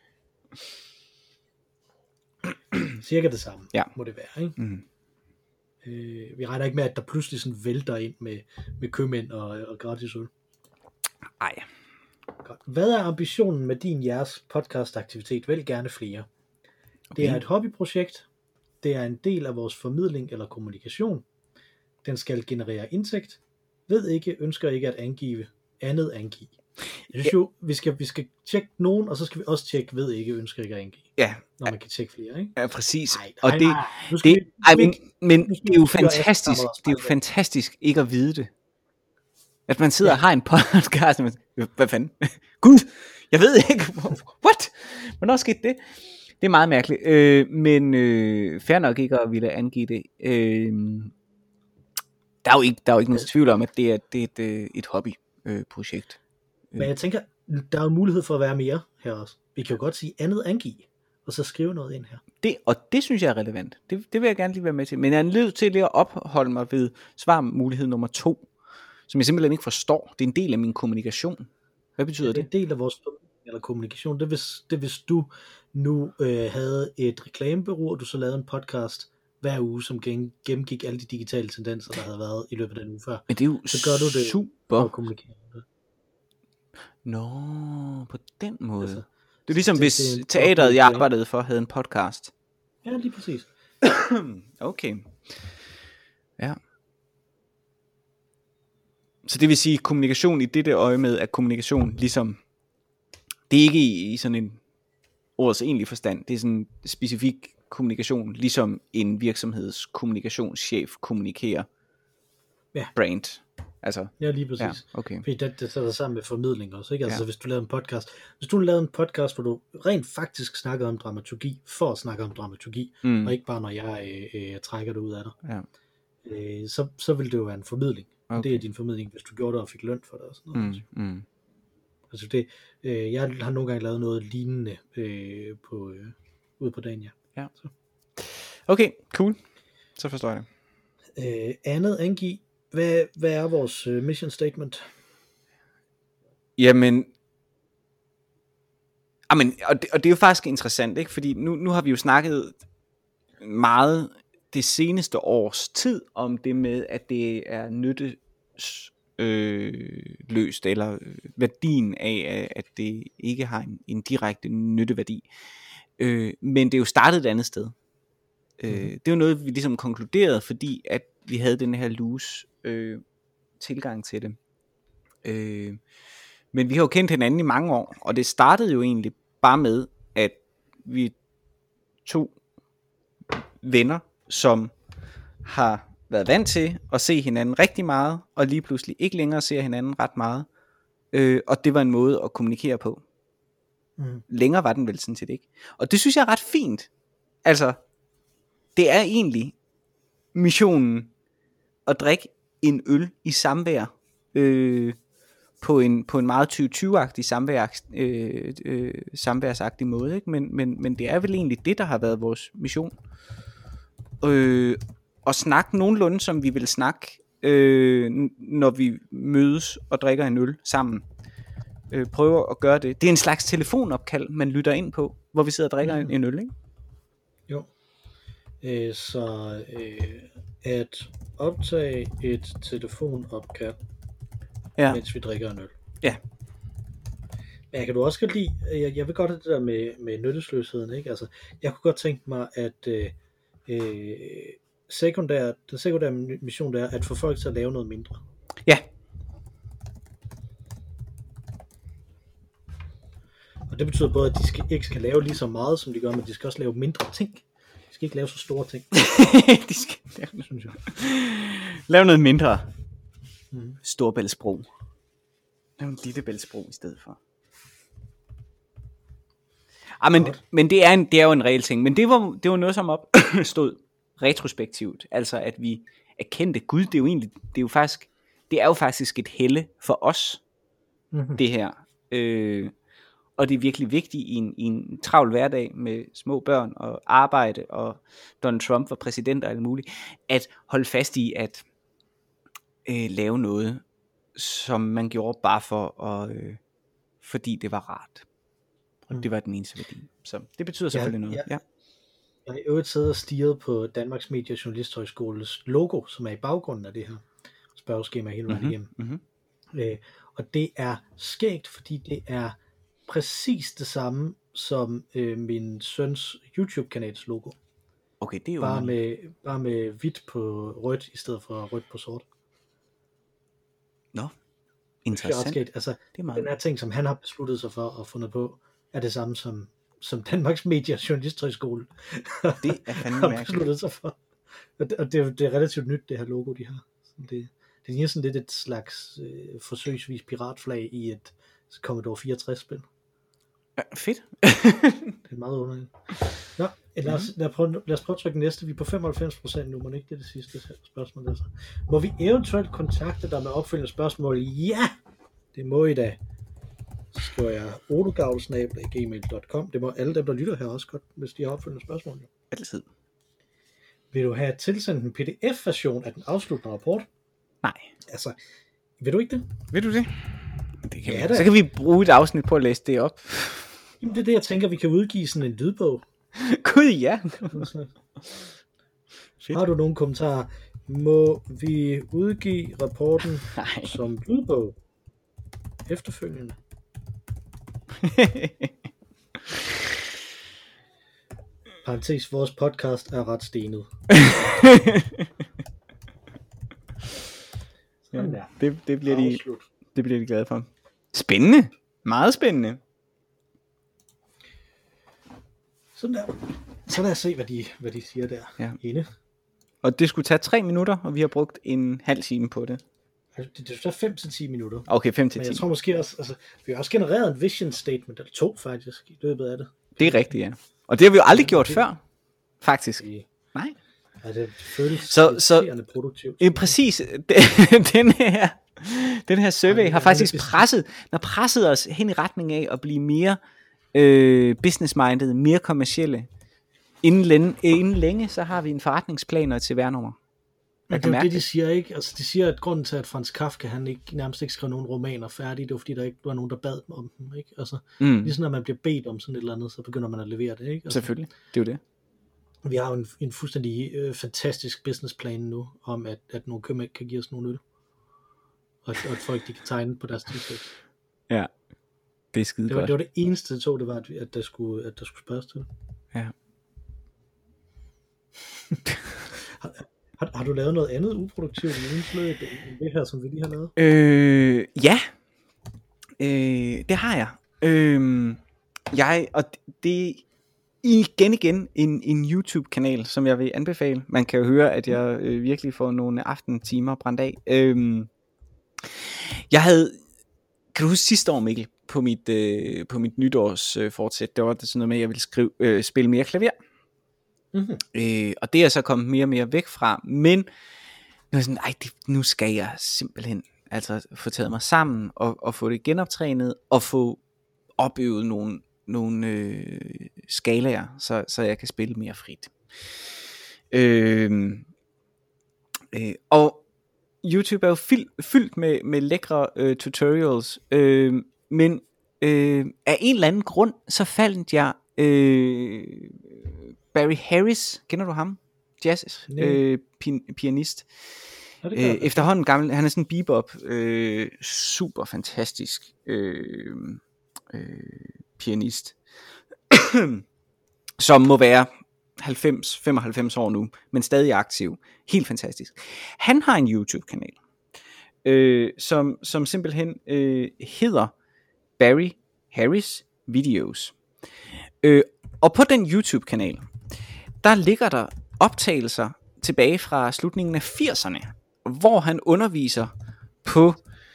Speaker 1: Cirka det samme må det være, ikke? Vi regner ikke med, at der pludselig sådan vælter ind med købmænd og gratis øl.
Speaker 2: Nej.
Speaker 1: Godt. Hvad er ambitionen med jeres podcast-aktivitet? Vælg gerne flere. Okay. Det er et hobbyprojekt. Det er en del af vores formidling eller kommunikation. Den skal generere indtægt. Ved ikke, ønsker ikke at angive. Andet angive. Jeg synes jo, vi skal tjekke nogen, og så skal vi også tjekke, ved ikke, ønsker ikke at angive.
Speaker 2: Ja.
Speaker 1: Når man kan tjekke flere, ikke?
Speaker 2: Ja, præcis.
Speaker 1: Og
Speaker 2: men det er jo fantastisk. Det er jo fantastisk ikke at vide det. At man sidder og har en podcast, hvad fanden? Gud, jeg ved ikke. What? Hvornår skete det? Det er meget mærkeligt, men fair nok ikke at ville angive det. Der er jo ikke nogen tvivl om, at det er et hobbyprojekt.
Speaker 1: Men jeg tænker, der er jo mulighed for at være mere her også. Vi kan jo godt sige andet angive, og så skrive noget ind her.
Speaker 2: Det synes jeg er relevant. Det vil jeg gerne lige være med til. Men jeg er nødt til lige at opholde mig ved svarmulighed nummer 2, som jeg simpelthen ikke forstår. Det er en del af min kommunikation. Hvad betyder det?
Speaker 1: Det er en del af vores eller kommunikation. Det er hvis du nu havde et reklamebureau, og du så lavede en podcast hver uge, som gennemgik alle de digitale tendenser, der havde været i løbet af den uge før.
Speaker 2: Men det er jo
Speaker 1: så gør du det
Speaker 2: super.
Speaker 1: For at kommunikere det.
Speaker 2: Nå, på den måde. Altså, det er ligesom hvis teateret, jeg arbejdede for, havde en podcast.
Speaker 1: Ja, lige præcis.
Speaker 2: Okay. Ja. Så det vil sige, kommunikation i dette øje med, at kommunikation ligesom, det er ikke i sådan en ordets egentlige forstand, det er sådan en specifik kommunikation, ligesom en virksomheds kommunikationschef kommunikerer brand. Altså,
Speaker 1: ja, lige præcis.
Speaker 2: Ja, okay.
Speaker 1: Fordi det sætter sammen med formidling også, ikke? Altså, hvis du lavede en podcast, hvor du rent faktisk snakker om dramaturgi, for at snakke om dramaturgi, og ikke bare når jeg trækker det ud af dig, så vil det jo være en formidling. Okay. Det er din formidling, hvis du gjorde det og fik løn for det og sådan noget. Altså det, jeg har nogle gange lavet noget lignende ude på dagen,
Speaker 2: ja. Så. Okay, cool. Så forstår jeg
Speaker 1: det. Andet angive. Hvad er vores mission statement?
Speaker 2: Jamen, og det er jo faktisk interessant, ikke? Fordi nu har vi jo snakket meget det seneste års tid om det med, at det er nytteløst, eller værdien af, at det ikke har en direkte nytteværdi. Men det er jo startet et andet sted. Det er jo noget, vi ligesom konkluderede, fordi at vi havde den her loose tilgang til det. Men vi har jo kendt hinanden i mange år, og det startede jo egentlig bare med, at vi to venner, som har været vant til at se hinanden rigtig meget, og lige pludselig ikke længere ser hinanden ret meget. Og det var en måde at kommunikere på. Længere var den vel sådan set ikke. Og det synes jeg er ret fint. Altså, det er egentlig missionen at drikke en øl i samvær, på en meget 2020-agtig samværsagtig måde, ikke? Men det er vel egentlig det, der har været vores mission. Og snakke nogenlunde, som vi vil snakke, når vi mødes og drikker en øl sammen. Prøver at gøre det. Det er en slags telefonopkald, man lytter ind på, hvor vi sidder og drikker en øl, ikke?
Speaker 1: Jo. At optage et telefonopkald, mens vi drikker en øl.
Speaker 2: Ja.
Speaker 1: Men jeg kan du også godt lide, jeg vil godt have det der med nyttesløsheden, ikke? Altså, jeg kunne godt tænke mig, at den sekundære mission der er at få folk til at lave noget mindre.
Speaker 2: Ja.
Speaker 1: Og det betyder både, at de ikke skal lave lige så meget, som de gør, men de skal også lave mindre ting. De skal ikke lave så store ting.
Speaker 2: De skal lave, synes jeg. Lave noget mindre. Storebæltsbro. Lave en Lillebæltsbro i stedet for. Men det er jo en reel ting. Men det var noget, som opstod retrospektivt. Altså at vi erkendte, Gud, det er jo faktisk et helle for os, det her. Og det er virkelig vigtigt i en travl hverdag med små børn og arbejde, og Donald Trump var præsident og alt muligt, at holde fast i at lave noget, som man gjorde bare fordi det var rart. Og det var den eneste værdi. Så det betyder selvfølgelig noget. Ja.
Speaker 1: Jeg har i øvrigt siddet og stirret på Danmarks Medie- og Journalisthøjskoles logo, som er i baggrunden af det her spørgeskema hele vejen igennem. Og det er skægt, fordi det er præcis det samme som min søns YouTube-kanals logo.
Speaker 2: Okay, det er jo
Speaker 1: bare med hvidt på rødt i stedet for rødt på sort.
Speaker 2: Nå, interessant.
Speaker 1: Det er altså, den her ting, som han har besluttet sig for at fundet på, er det samme som Danmarks Medie- og Journalisthøjskole
Speaker 2: det er fandme
Speaker 1: har besluttet sig for. Og det er relativt nyt, det her logo, de har. Det ligner sådan lidt et slags forsøgsvis piratflag i et Commodore 64-spil.
Speaker 2: Fedt.
Speaker 1: Det er meget underligt. Nå, lad os prøve at trykke næste. Vi er på 95% nu, men ikke det er det sidste spørgsmål. Altså. Må vi eventuelt kontakte dig med opfølgende spørgsmål? Ja, det må I da. Så skriver jeg odogavl@gmail.com. Det må alle dem, der lytter her også godt, hvis de har opfølgende spørgsmål.
Speaker 2: Altid.
Speaker 1: Vil du have tilsendt en PDF-version af den afsluttende rapport?
Speaker 2: Nej.
Speaker 1: Altså, vil du ikke det?
Speaker 2: Vil du det? Det kan
Speaker 1: Ja,
Speaker 2: vi. Så kan vi bruge et afsnit på at læse det op.
Speaker 1: Jamen, det er det, jeg tænker, vi kan udgive sådan en lydbog.
Speaker 2: Gud, ja.
Speaker 1: Har du nogle kommentarer? Må vi udgive rapporten som lydbog efterfølgende? Parentes, vores podcast er ret stenet. Sådan der.
Speaker 2: Det bliver de glade for. Spændende. Meget spændende.
Speaker 1: Sådan der. Så lad os se, hvad de siger der inde.
Speaker 2: Og det skulle tage 3 minutter, og vi har brugt en halv time på det.
Speaker 1: Altså, det er 5 til 10 minutter.
Speaker 2: Okay, 5 til 10.
Speaker 1: Men jeg tror måske også, altså, vi har også genereret en vision statement, eller 2 faktisk, i løbet af det.
Speaker 2: Det er rigtigt, ja. Og det har vi jo aldrig gjort før, faktisk. Nej.
Speaker 1: Ja, det føles
Speaker 2: så
Speaker 1: produktivt.
Speaker 2: Præcis. Den her survey har faktisk presset os hen i retning af at blive mere business-minded, mere kommercielle. Inden længe, så har vi en forretningsplan og et CVR-nummer.
Speaker 1: Men det er det, de siger, ikke? Altså, de siger, at grunden til, at Franz Kafka, han nærmest ikke skrev nogen romaner færdige, det var, fordi der ikke var nogen, der bad dem om dem, ikke? Altså, ligesom når man bliver bedt om sådan et eller andet, så begynder man at levere det, ikke? Altså,
Speaker 2: selvfølgelig, det er jo det.
Speaker 1: Vi har jo en fuldstændig fantastisk businessplan nu, om at nogle købmænd kan give os nogle øl, og at folk, de kan tegne på deres t-shirts.
Speaker 2: Ja, det er skide godt.
Speaker 1: Det var det eneste, det tog, det var, at der skulle spørges til.
Speaker 2: Ja.
Speaker 1: Har du lavet noget andet uproduktivt i ugens løb end det her, som vi lige har lavet?
Speaker 2: Ja. Det har jeg. Og det igen en YouTube-kanal, som jeg vil anbefale. Man kan jo høre, at jeg virkelig får nogle aftentimer brændt af. Jeg havde, kan du huske sidste år, Mikkel, på mit nytårsfortsæt, der var det sådan noget med, at jeg ville spille mere klaver. Mm-hmm. Og det er så kommet mere og mere væk fra, men nu skal jeg simpelthen altså få taget mig sammen og få det genoptrænet og få opøvet nogle skalaer, så jeg kan spille mere frit. Og YouTube er jo fyldt med lækre tutorials, men af en eller anden grund så faldt jeg Barry Harris, kender du ham? Jazz pianist. Efterhånden gammel, han er sådan en bebop, super fantastisk pianist, som må være 90-95 år nu, men stadig aktiv. Helt fantastisk. Han har en YouTube-kanal, som simpelthen hedder Barry Harris Videos. Og på den YouTube-kanal, der ligger der optagelser tilbage fra slutningen af 80'erne, hvor han underviser på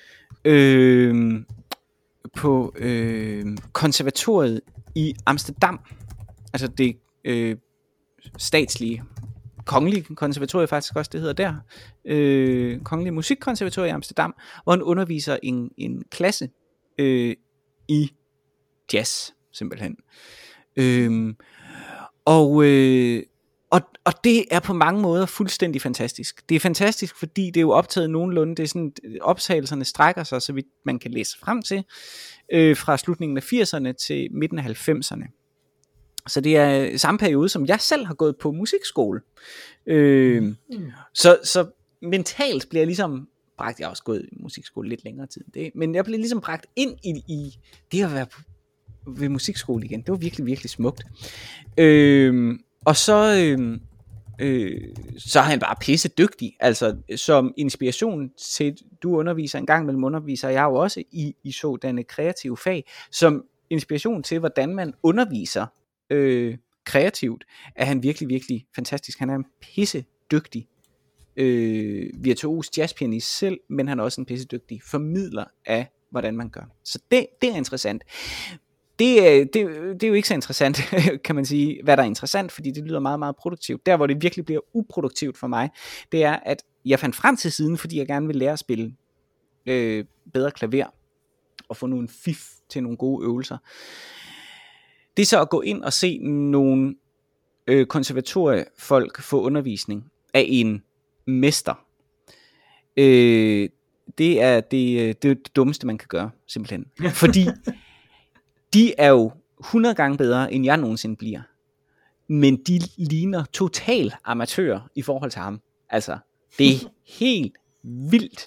Speaker 2: konservatoriet i Amsterdam. Altså det statslige, kongelige konservatorium faktisk også, det hedder der. Kongelige Musikkonservatorium i Amsterdam, hvor han underviser en klasse i jazz, simpelthen. Og det er på mange måder fuldstændig fantastisk. Det er fantastisk, fordi det er jo optaget nogenlunde, det er sådan, optagelserne strækker sig, så vidt man kan læse frem til, fra slutningen af 80'erne til midten af 90'erne. Så det er samme periode, som jeg selv har gået på musikskole. Så mentalt bliver jeg ligesom bragt, jeg har også gået i musikskole lidt længere tid, men jeg blev ligesom bragt ind i det at være ved musikskole igen. Det var virkelig, virkelig smukt. Og så er han bare pisse dygtig. Altså som inspiration til, du underviser en gang mellem underviser, jeg jo også i sådanne kreative fag, som inspiration til, hvordan man underviser kreativt, er han virkelig, virkelig fantastisk. Han er en pisse dygtig virtuos jazzpianist selv, men han er også en pisse dygtig formidler af, hvordan man gør. Så det er interessant. det er jo ikke så interessant, kan man sige, hvad der er interessant, fordi det lyder meget, meget produktivt. Der, hvor det virkelig bliver uproduktivt for mig, det er, at jeg fandt frem til siden, fordi jeg gerne vil lære at spille bedre klaver, og få nogle fif til nogle gode øvelser. Det er så at gå ind og se nogle konservatoriefolk få undervisning af en mester. Det er det dummeste, man kan gøre, simpelthen. Fordi de er jo 100 gange bedre, end jeg nogensinde bliver. Men de ligner total amatører i forhold til ham. Altså, det er helt vildt.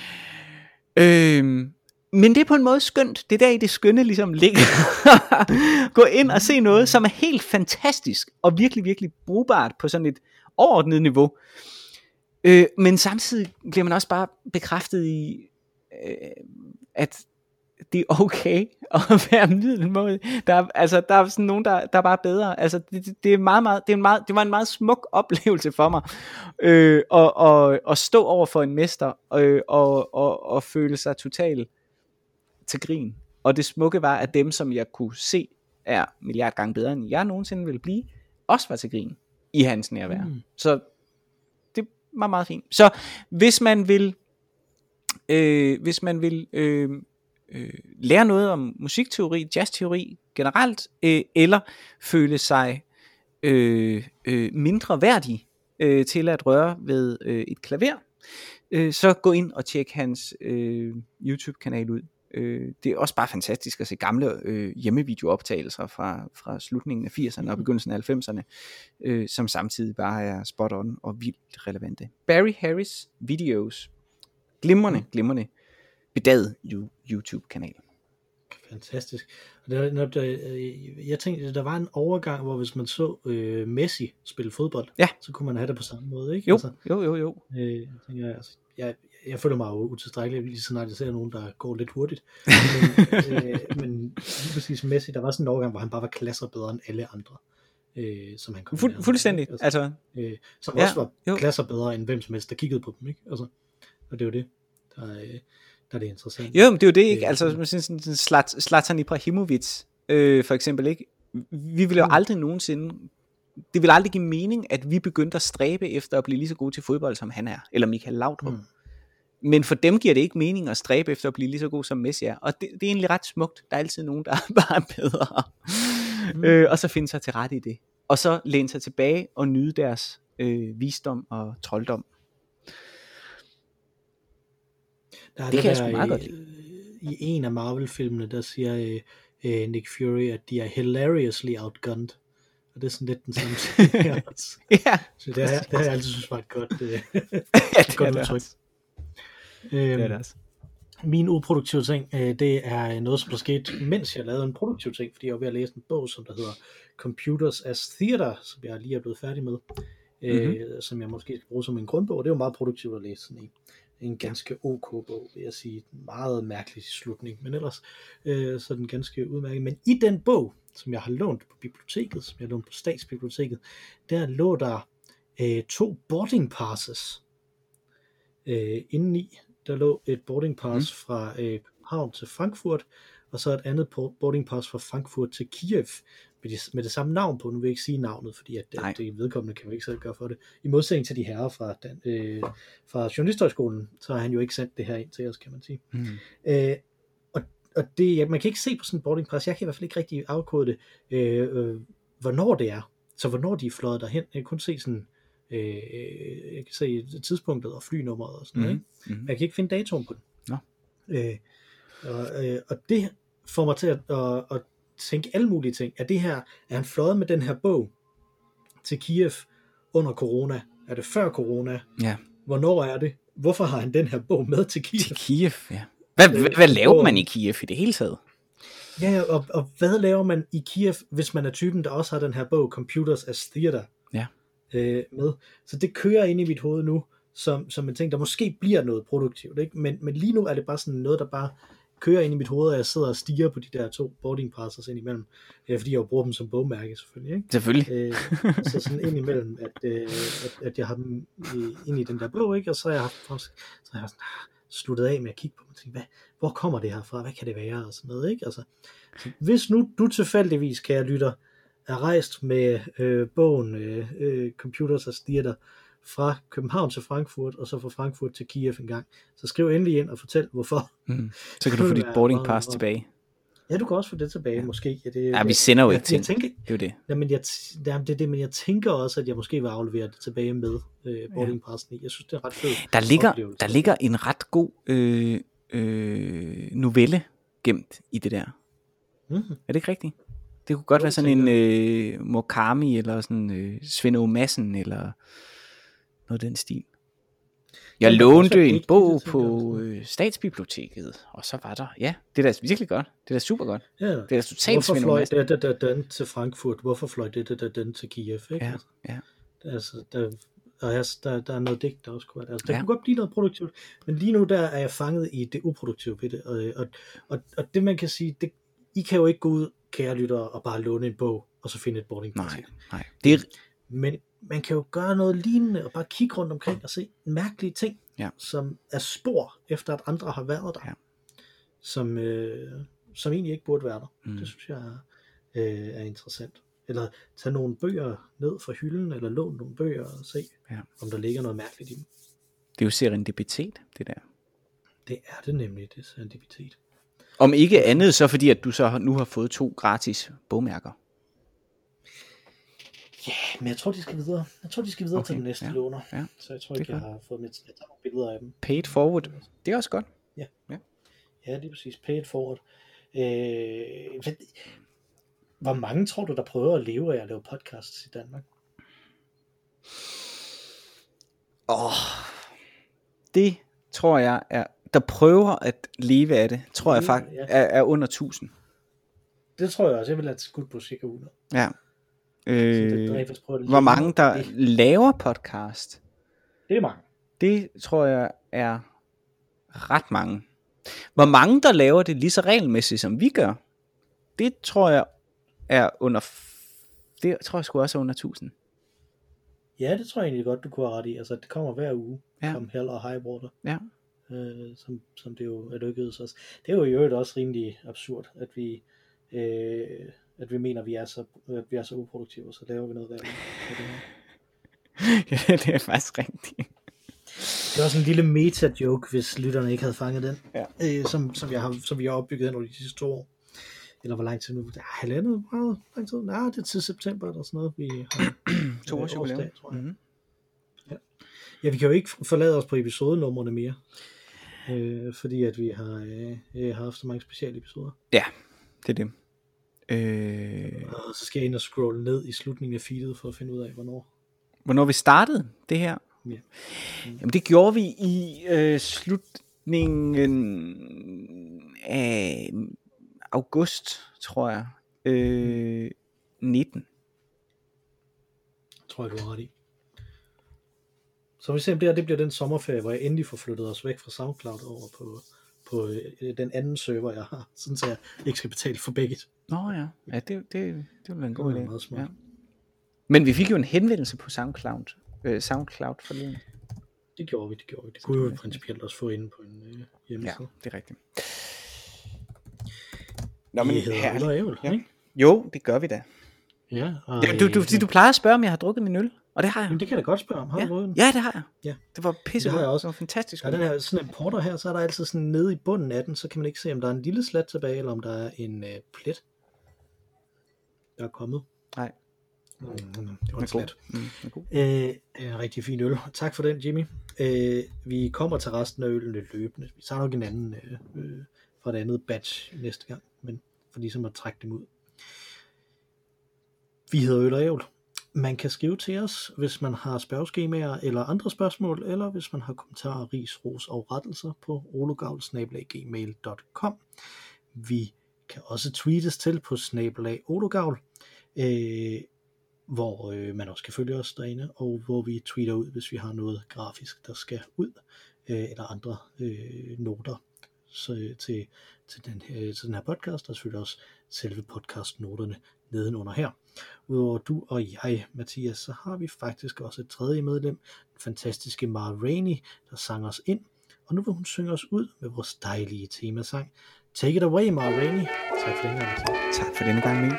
Speaker 2: Men det er på en måde skønt. Det er der i det skønne ligesom ligger. Gå ind og se noget, som er helt fantastisk, og virkelig, virkelig brugbart på sådan et overordnet niveau. Men samtidig bliver man også bare bekræftet i, at det er okay at være middelmådig. Der er sådan nogen, der er bare bedre. Altså, det var en meget smuk oplevelse for mig, at stå over for en mester, og føle sig totalt til grin. Og det smukke var, at dem, som jeg kunne se, er milliard gange bedre, end jeg nogensinde ville blive, også var til grin i hans nærvær. Så det var meget fint. Så hvis man vil lære noget om musikteori, jazzteori generelt, eller føle sig mindre værdig til at røre ved et klaver, så gå ind og tjek hans YouTube-kanal ud. Det er også bare fantastisk at se gamle hjemmevideooptagelser fra slutningen af 80'erne og begyndelsen af 90'erne, som samtidig bare er spot on og vildt relevante. Barry Harris Videos. Glimrende bedaget YouTube-kanal.
Speaker 1: Fantastisk. Jeg tænkte, der var en overgang, hvor hvis man så Messi spille fodbold, så kunne man have det på samme måde, ikke?
Speaker 2: Jo,
Speaker 1: altså,
Speaker 2: jo.
Speaker 1: Jeg føler mig jo utilstrækkelig, lige så snart jeg ser nogen, der går lidt hurtigt. Men lige præcis Messi, der var sådan en overgang, hvor han bare var klasser bedre end alle andre. Som han
Speaker 2: fuldstændig. Altså,
Speaker 1: som også var klasser bedre end hvem som helst, der kiggede på dem, ikke? Altså, og det er jo det, der er det interessant.
Speaker 2: Jo, men det er jo det, ikke? Altså, Zlatan Ibrahimovic, for eksempel, ikke? Vi vil jo aldrig nogensinde, det vil aldrig give mening, at vi begyndte at stræbe efter at blive lige så gode til fodbold, som han er, eller Michael Laudrup. Men for dem giver det ikke mening at stræbe efter at blive lige så god som Messi er. Og det er egentlig ret smukt. Der er altid nogen, der er bare bedre. Og så finde sig til rette i det. Og så læne sig tilbage og nyde deres visdom og trolddom.
Speaker 1: Det kan jeg sgu meget godt lide. I en af Marvel-filmene, der siger Nick Fury, at de er hilariously outgunned. Og det er sådan lidt den samme her også. Ja. Så det har jeg altid synes var et godt, godt udtryk. Min uproduktive ting, det er noget, som der skete, mens jeg lavede en produktiv ting, fordi jeg var ved at læse en bog, som der hedder Computers as Theater, som jeg lige er blevet færdig med, som jeg måske skal bruge som en grundbog. Det er jo meget produktivt at læse sådan en ganske ok bog, vil jeg sige. En meget mærkelig slutning, men ellers så er den ganske udmærket. Men i den bog, som jeg har lånt på biblioteket, som jeg har lånt på Statsbiblioteket, der lå der 2 boarding passes indeni. Der lå et boarding pass fra København til Frankfurt, og så et andet boarding pass fra Frankfurt til Kiev, med det samme navn på. Nu vil jeg ikke sige navnet, fordi at det vedkommende kan jo ikke selv gøre for det. I modsætning til de herrer fra Journalisthøjskolen, så har han jo ikke sendt det her ind til os, kan man sige. Og det, man kan ikke se på sådan en boarding pass, jeg kan i hvert fald ikke rigtig afkode det, hvornår det er. Så hvornår de er fløjet derhen. Jeg kan kun se sådan, jeg kan se tidspunktet og flynummeret og sådan noget, ikke? Men jeg kan ikke finde datoen på den. Og det får mig til at tænke alle mulige ting. Er han fløjet med den her bog til Kiev under corona? Er det før corona?
Speaker 2: Ja.
Speaker 1: Hvornår er det? Hvorfor har han den her bog med til Kiev?
Speaker 2: Til Kiev, ja. Hvad laver man i Kiev i det hele taget?
Speaker 1: Ja, og hvad laver man i Kiev, hvis man er typen, der også har den her bog, Computers as Theater, med? Så det kører ind i mit hoved nu, som en ting, der måske bliver noget produktivt, ikke? Men lige nu er det bare sådan noget, der bare kører ind i mit hoved, og jeg sidder og stiger på de der 2 boarding passes ind imellem, fordi jeg bruger dem som bogmærke selvfølgelig, ikke?
Speaker 2: Selvfølgelig.
Speaker 1: Så sådan ind imellem, at jeg har dem ind i den der bog, ikke? Og så har jeg haft sådan, sluttet af med at kigge på dem og tænke, hvor kommer det her fra, hvad kan det være, og sådan noget, ikke? Altså, så hvis nu du tilfældigvis, kære lytter, er rejst med bogen Computers as Theater fra København til Frankfurt, og så fra Frankfurt til Kiev en gang, så skriv endelig ind og fortæl, hvorfor.
Speaker 2: Så kan du få dit boarding pass tilbage.
Speaker 1: Ja, du kan også få det tilbage, måske.
Speaker 2: Vi sender jo ikke ting.
Speaker 1: Det
Speaker 2: er jo det.
Speaker 1: Jamen, men jeg tænker også, at jeg måske vil aflevere det tilbage med boarding passen i. Jeg synes, det er ret fedt.
Speaker 2: Der ligger en ret god novelle gemt i det der. Er det ikke rigtigt? Det kunne godt være sådan en Murakami, eller sådan Svend Aage Madsen, eller noget af den stil. Jeg lånte en bog på Statsbiblioteket, og så var der, det er da virkelig godt. Det er da super godt.
Speaker 1: Ja.
Speaker 2: Det er da totalt
Speaker 1: Svend Aage Madsen. Hvorfor fløj den til Frankfurt? Hvorfor fløj den til Kiev? Ikke?
Speaker 2: Ja.
Speaker 1: Altså, der er noget digt, der også kunne være. Altså, der kunne godt blive noget produktivt, men lige nu der er jeg fanget i det uproduktive ved det, og det man kan sige, I kan jo ikke gå ud, kære lyttere, og bare låne en bog, og så finde et boarding pass.
Speaker 2: Nej.
Speaker 1: Men man kan jo gøre noget lignende, og bare kigge rundt omkring og se mærkelige ting, som er spor, efter at andre har været der, som egentlig ikke burde være der. Det synes jeg er interessant. Eller tage nogle bøger ned fra hylden, eller låne nogle bøger og se, om der ligger noget mærkeligt i dem.
Speaker 2: Det er jo serendipitet, det der.
Speaker 1: Det er det nemlig, det serendipitet.
Speaker 2: Om ikke andet, så fordi at du så nu har fået 2 gratis bogmærker.
Speaker 1: Ja, men jeg tror, de skal videre. Til den næste låner. Ja. Så jeg tror ikke, jeg har fået med til at tage nogle billeder af dem.
Speaker 2: Pay it forward. Det er også godt.
Speaker 1: Ja, det er præcis. Pay it forward. Hvor mange tror du, der prøver at leve af at lave podcasts i Danmark?
Speaker 2: Det tror jeg er, der prøver at leve af det, tror jeg faktisk er under 1000.
Speaker 1: Det tror jeg også. Jeg vil have skudt på cirka 100.
Speaker 2: Ja. Hvor mange der laver podcast?
Speaker 1: Det er mange.
Speaker 2: Det tror jeg er ret mange. Hvor mange der laver det lige så regelmæssigt som vi gør? Det tror jeg er under. Det tror jeg sgu også er under 1000.
Speaker 1: Ja, det tror jeg egentlig godt du kunne have ret i. Altså det kommer hver uge. Kom hell og high water.
Speaker 2: Ja.
Speaker 1: Som det jo er lykkedes os. Det er jo i øvrigt også rimelig absurd, at vi mener, at vi er så uproduktive, så laver vi noget hver uge.
Speaker 2: Ja, det er faktisk rigtigt.
Speaker 1: Det var sådan en lille meta-joke, hvis lytterne ikke havde fanget den, som vi har opbygget hen over de sidste 2 år. Eller hvor lang tid nu? Halvandet? Meget lang tid? Nej, det er til september eller sådan noget. Vi har
Speaker 2: 2 års jubilæum,
Speaker 1: tror jeg. Mm-hmm. Ja, vi kan jo ikke forlade os på episodenummerne mere, fordi at vi har haft så mange specielle episoder.
Speaker 2: Ja, det er det.
Speaker 1: Og så skal jeg ind og scrolle ned i slutningen af feedet for at finde ud af,
Speaker 2: hvornår vi startede det her.
Speaker 1: Ja.
Speaker 2: Jamen det gjorde vi i slutningen af august, tror jeg. 19.
Speaker 1: Tror jeg, du har ret i. Så vi ser, det bliver den sommerferie, hvor jeg endelig får flyttet os væk fra SoundCloud over på den anden server, jeg har, sådan så jeg ikke skal betale for begge.
Speaker 2: Ja, det vil være en god idé.
Speaker 1: Ja.
Speaker 2: Men vi fik jo en henvendelse på SoundCloud forleden.
Speaker 1: Det gjorde vi. Det kunne jo principielt også få inde på en hjemmeside.
Speaker 2: Ja, det er rigtigt. Nå, men
Speaker 1: ikke?
Speaker 2: Jo, det gør vi da.
Speaker 1: Ja,
Speaker 2: du plejer at spørge, om jeg har drukket min øl, og det har jeg.
Speaker 1: Men det kan jeg da godt spørge om. Har du drukket den?
Speaker 2: Ja, det har jeg.
Speaker 1: Ja.
Speaker 2: Det var pisse godt.
Speaker 1: Det
Speaker 2: var fantastisk.
Speaker 1: Ja, den her sådan en porter her, så er der altid sådan nede i bunden af den, så kan man ikke se, om der er en lille slat tilbage, eller om der er en plet, der er kommet.
Speaker 2: Nej.
Speaker 1: Det var en slat. En rigtig fin øl. Tak for den, Jimmy. Vi kommer til resten af ølene løbende. Vi tager nok en anden fra et andet batch næste gang, men for ligesom at trække dem ud. Vi hedder Øl og Ævl. Man kan skrive til os, hvis man har spørgeskemaer eller andre spørgsmål, eller hvis man har kommentarer, ris, ros og rettelser på ologavl@gmail.com. Vi kan også tweetes til på @ologavl, hvor man også kan følge os derinde, og hvor vi tweeter ud, hvis vi har noget grafisk, der skal ud, eller andre noter til den her podcast, og selvfølgelig også selve podcastnoterne nedenunder her. Udover du og jeg, Mathias, så har vi faktisk også et tredje medlem, den fantastiske Mara Rainey, der sang os ind, og nu vil hun synge os ud med vores dejlige temasang. Take it away, Ma Rainey. Tak for denne gang.
Speaker 2: Tak for denne gang, Emil.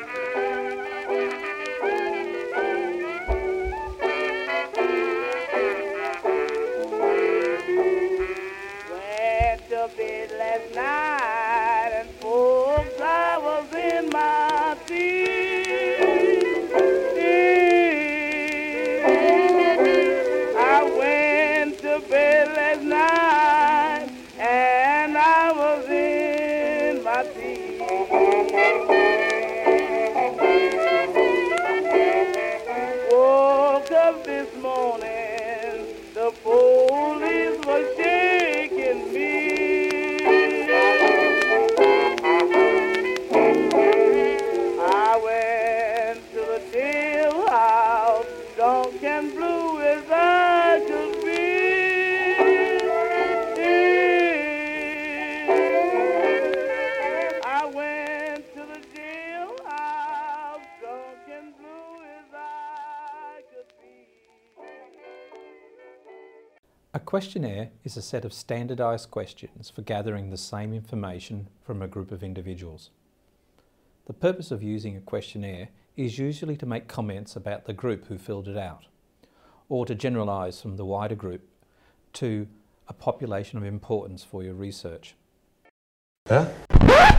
Speaker 3: A questionnaire is a set of standardised questions for gathering the same information from a group of individuals. The purpose of using a questionnaire is usually to make comments about the group who filled it out, or to generalise from the wider group to a population of importance for your research.
Speaker 4: Huh?